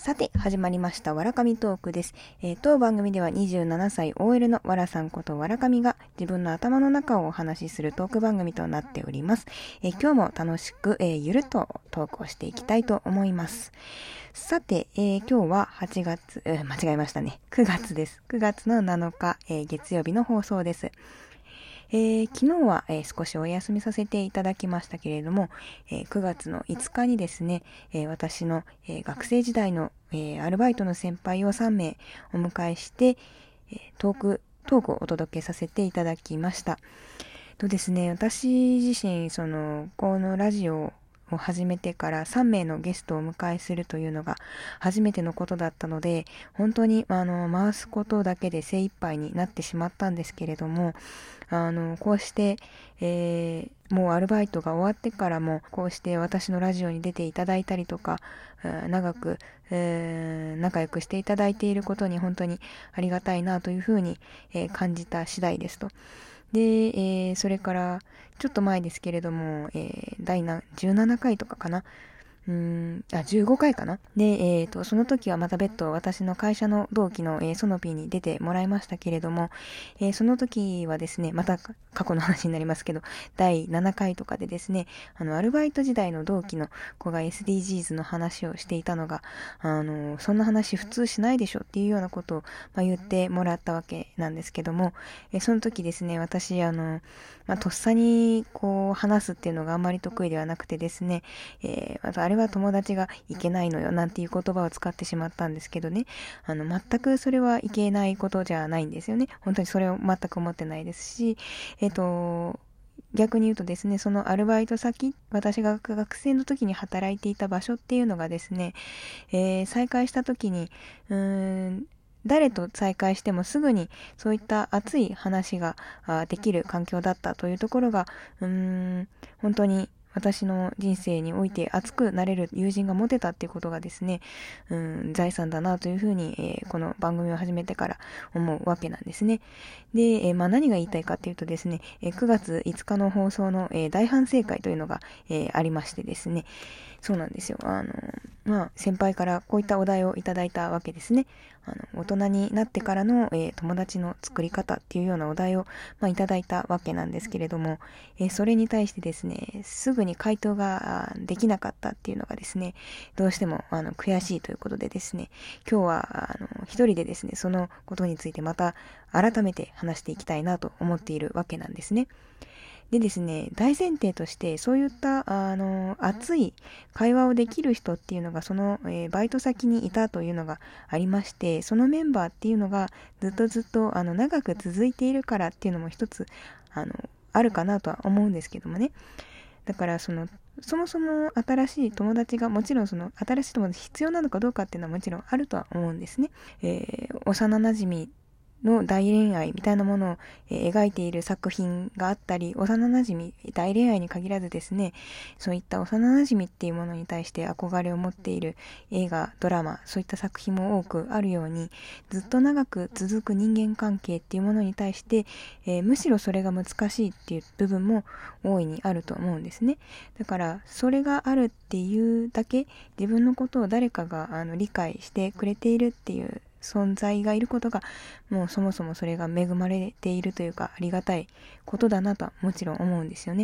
さて始まりましたわらかみトークです。当番組では27歳 OL のわらさんことわらかみが自分の頭の中をお話しするトーク番組となっております。今日も楽しく、ゆるっとトークをしていきたいと思います。さて、今日は8月、間違えましたね。9月です。9月の7日、月曜日の放送です。昨日は、少しお休みさせていただきましたけれども、9月の5日にですね、私の、学生時代の、アルバイトの先輩を3名お迎えして、トークをお届けさせていただきました。とですね、私自身、このラジオを始めてから3名のゲストをお迎えするというのが初めてのことだったので、本当に回すことだけで精一杯になってしまったんですけれども、こうして、もうアルバイトが終わってからもこうして私のラジオに出ていただいたりとか、長く、仲良くしていただいていることに本当にありがたいなというふうに、感じた次第ですと。で、それからちょっと前ですけれども、第17回とかかな、15回かなで、その時はまた別途私の会社の同期の、ソノピーに出てもらいましたけれども、その時はですね、また過去の話になりますけど、第7回とかでですね、アルバイト時代の同期の子が SDGs の話をしていたのが、そんな話普通しないでしょっていうようなことを、言ってもらったわけなんですけども、その時ですね、私、とっさにこう話すっていうのがあんまり得意ではなくてですね、あれは友達がいけないのよなんていう言葉を使ってしまったんですけどね、全くそれはいけないことじゃないんですよね。本当にそれを全く思ってないですし、逆に言うとですね、そのアルバイト先、私が学生の時に働いていた場所っていうのがですね、再開した時に、誰と再会してもすぐにそういった熱い話ができる環境だったというところが、本当に私の人生において熱くなれる友人が持てたっていうことがですね、財産だなというふうに、この番組を始めてから思うわけなんですね。で、何が言いたいかっていうとですね、9月5日の放送の、大反省会というのが、ありましてですね、そうなんですよ。先輩からこういったお題をいただいたわけですね。大人になってからの、友達の作り方っていうようなお題を、いただいたわけなんですけれども、それに対してですね、すぐに回答ができなかったっていうのがですね、どうしても悔しいということでですね、今日は一人でですね、そのことについてまた改めて話していきたいなと思っているわけなんですね。でですね、大前提としてそういった熱い会話をできる人っていうのがその、バイト先にいたというのがありまして、そのメンバーっていうのがずっと長く続いているからっていうのも一つあるかなとは思うんですけどもね。だからそもそも新しい友達がもちろんその新しい友達必要なのかどうかっていうのはもちろんあるとは思うんですね。幼馴染の大恋愛みたいなものを、描いている作品があったり、幼馴染大恋愛に限らずですね、そういった幼馴染っていうものに対して憧れを持っている映画、ドラマ、そういった作品も多くあるように、ずっと長く続く人間関係っていうものに対して、むしろそれが難しいっていう部分も大いにあると思うんですね。だからそれがあるっていうだけ、自分のことを誰かが理解してくれているっていう存在がいることが、もうそもそもそれが恵まれているというか、ありがたいことだなとはもちろん思うんですよね。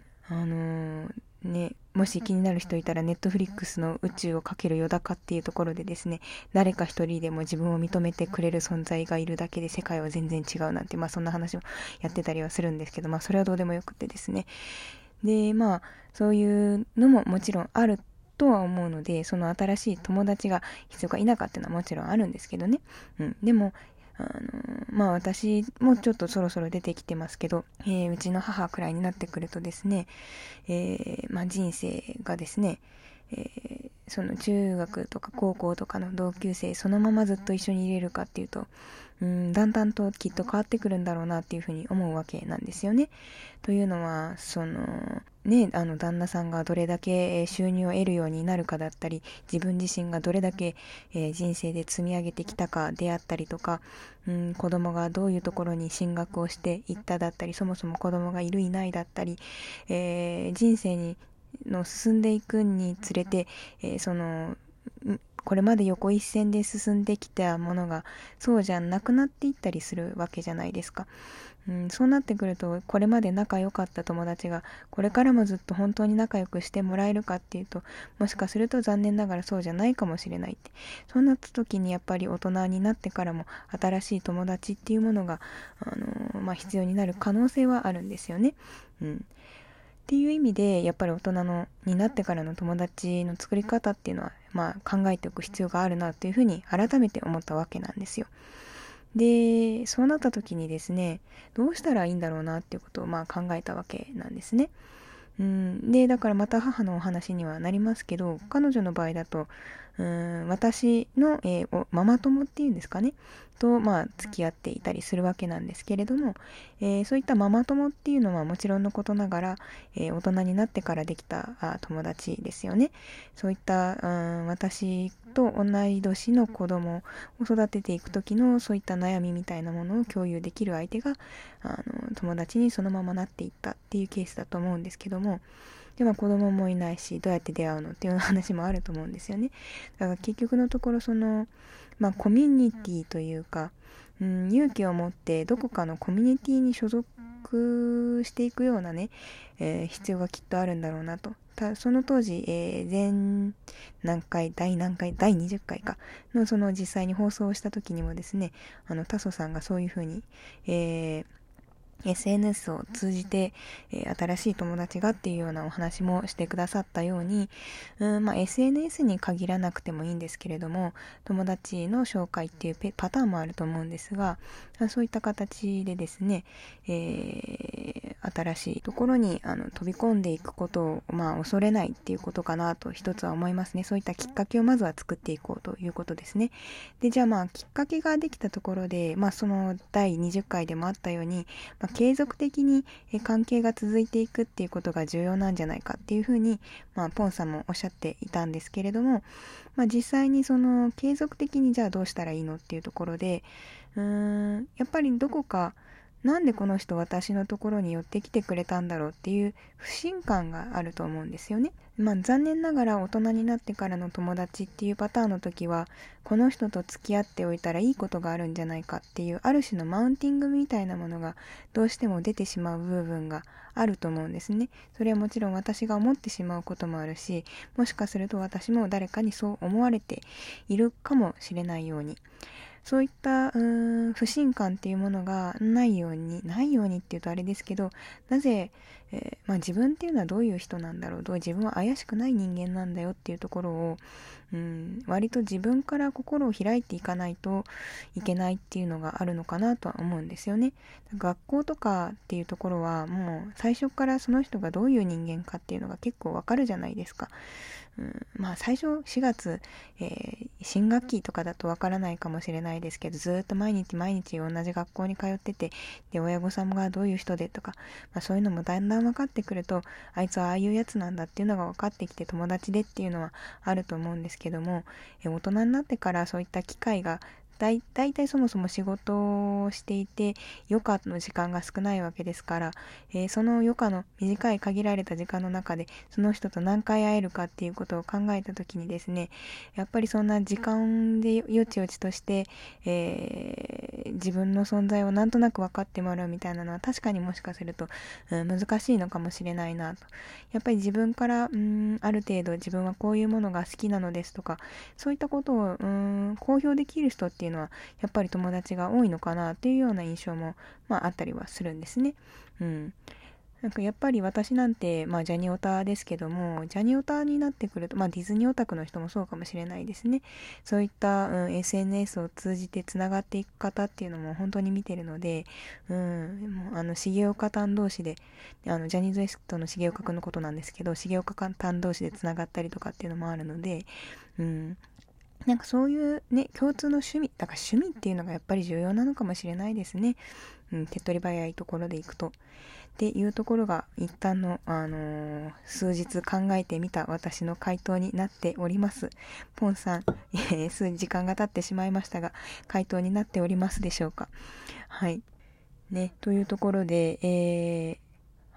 もし気になる人いたら、ネットフリックスの宇宙をかけるよだかっていうところでですね、誰か一人でも自分を認めてくれる存在がいるだけで世界は全然違うなんて、そんな話をやってたりはするんですけど、それはどうでもよくてですね。で、そういうのももちろんあるとは思うので、その新しい友達が必要か否かっていうのはもちろんあるんですけどね。でも、私もちょっとそろそろ出てきてますけど、うちの母くらいになってくるとですね、人生がですね、その中学とか高校とかの同級生そのままずっと一緒にいれるかっていうと、だんだんときっと変わってくるんだろうなっていうふうに思うわけなんですよね。というのは、旦那さんがどれだけ収入を得るようになるかだったり、自分自身がどれだけ人生で積み上げてきたかであったりとか、子供がどういうところに進学をしていっただったり、そもそも子供がいるいないだったり、人生の進んでいくにつれて、 これまで横一線で進んできたものがそうじゃなくなっていったりするわけじゃないですか。そうなってくると、これまで仲良かった友達がこれからもずっと本当に仲良くしてもらえるかっていうと、もしかすると残念ながらそうじゃないかもしれないって。そうなった時にやっぱり大人になってからも新しい友達っていうものが、必要になる可能性はあるんですよね。っていう意味でやっぱり大人になってからの友達の作り方っていうのは、考えておく必要があるなというふうに改めて思ったわけなんですよ。で、そうなった時にですね、どうしたらいいんだろうなっていうことを考えたわけなんですね。で、だからまた母のお話にはなりますけど、彼女の場合だと、私の、ママ友っていうんですかね、と、付き合っていたりするわけなんですけれども、そういったママ友っていうのはもちろんのことながら、大人になってからできた友達ですよね。そういった、私と同い年の子供を育てていく時のそういった悩みみたいなものを共有できる相手が友達にそのままなっていったっていうケースだと思うんですけども、で子供もいないしどうやって出会うのっていう話もあると思うんですよね。だから結局のところコミュニティというか、勇気を持ってどこかのコミュニティに所属していくようなね、必要がきっとあるんだろうなと。その当時、第20回かのその実際に放送をした時にもですね、タソさんがそういうふうに、SNS を通じて、新しい友達がっていうようなお話もしてくださったように、SNS に限らなくてもいいんですけれども、友達の紹介っていうパターンもあると思うんですが、そういった形でですね、新しいところに飛び込んでいくことを、恐れないっていうことかなと一つは思いますね。そういったきっかけをまずは作っていこうということですね。で、じゃあきっかけができたところで、その第20回でもあったように、継続的に関係が続いていくっていうことが重要なんじゃないかっていうふうに、ポンさんもおっしゃっていたんですけれども、実際にその継続的にじゃあどうしたらいいのっていうところで、やっぱりどこかなんでこの人私のところに寄ってきてくれたんだろうっていう不信感があると思うんですよね。残念ながら大人になってからの友達っていうパターンの時は、この人と付き合っておいたらいいことがあるんじゃないかっていうある種のマウンティングみたいなものがどうしても出てしまう部分があると思うんですね。それはもちろん私が思ってしまうこともあるし、もしかすると私も誰かにそう思われているかもしれないように、そういった不信感っていうものがないようにっていうとあれですけど、なぜ、自分っていうのはどういう人なんだろう、自分は怪しくない人間なんだよっていうところを、割と自分から心を開いていかないといけないっていうのがあるのかなとは思うんですよね。学校とかっていうところはもう最初からその人がどういう人間かっていうのが結構わかるじゃないですか。最初4月、新学期とかだとわからないかもしれないですけど、ずっと毎日同じ学校に通ってて、で親御さんがどういう人でとか、そういうのもだんだん分かってくると、あいつはああいうやつなんだっていうのが分かってきて、友達でっていうのはあると思うんですけども、大人になってからそういった機会がだいたいそもそも仕事をしていて余暇の時間が少ないわけですから、その余暇の短い限られた時間の中でその人と何回会えるかっていうことを考えた時にですね、やっぱりそんな時間でよちよちとして、自分の存在をなんとなく分かってもらうみたいなのは確かにもしかすると、難しいのかもしれないなと。やっぱり自分からある程度自分はこういうものが好きなのですとか、そういったことを公表できる人っていうのはやっぱり友達が多いのかなっていうような印象もあったりはするんですね。なんかやっぱり私なんて、ジャニオタですけども、ジャニオタになってくると、ディズニーオタクの人もそうかもしれないですね。そういった、SNS を通じてつながっていく方っていうのも本当に見てるので、もう重岡さん同士で、ジャニーズ WEST の重岡くんのことなんですけど、重岡さん同士でつながったりとかっていうのもあるので、なんかそういうね、共通の趣味っていうのがやっぱり重要なのかもしれないですね。手っ取り早いところでいくと。っていうところが一旦の、数日考えてみた私の回答になっております。ポンさん、数時間が経ってしまいましたが、回答になっておりますでしょうか。はい。ね、というところで、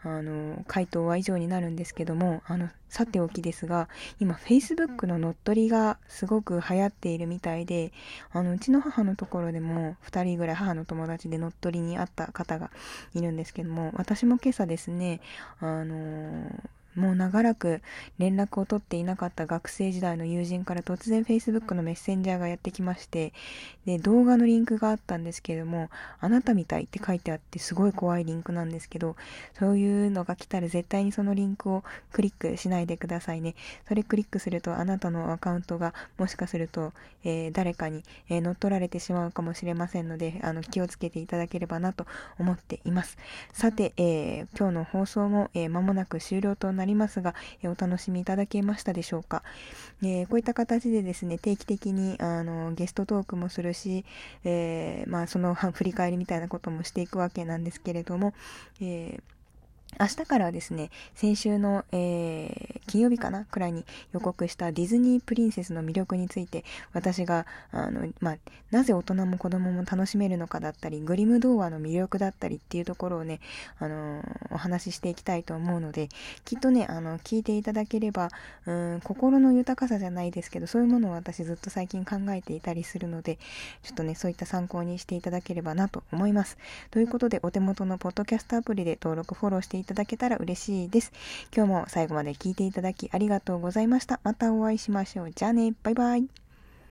回答は以上になるんですけども、さておきですが、今 Facebook の乗っ取りがすごく流行っているみたいで、うちの母のところでも2人ぐらい母の友達で乗っ取りにあった方がいるんですけども、私も今朝ですね、もう長らく連絡を取っていなかった学生時代の友人から突然 Facebook のメッセンジャーがやってきまして、で、動画のリンクがあったんですけれども、あなたみたいって書いてあってすごい怖いリンクなんですけど、そういうのが来たら絶対にそのリンクをクリックしないでくださいね。それクリックするとあなたのアカウントがもしかすると、誰かに、乗っ取られてしまうかもしれませんので、気をつけていただければなと思っています。さて、今日の放送も、間もなく終了となりますが、お楽しみいただけましたでしょうか。こういった形でですね、定期的にゲストトークもするし、その振り返りみたいなこともしていくわけなんですけれども、明日からはですね、先週の、金曜日かなくらいに予告したディズニープリンセスの魅力について、私がなぜ大人も子供も楽しめるのかだったり、グリム童話の魅力だったりっていうところをね、お話ししていきたいと思うので、きっとね、聞いていただければ、心の豊かさじゃないですけど、そういうものを私ずっと最近考えていたりするので、ちょっとね、そういった参考にしていただければなと思います。ということで、お手元のポッドキャストアプリで登録フォローしていただけたら嬉しいです。今日も最後まで聞いていただきありがとうございました。またお会いしましょう。じゃあね、バイバイ。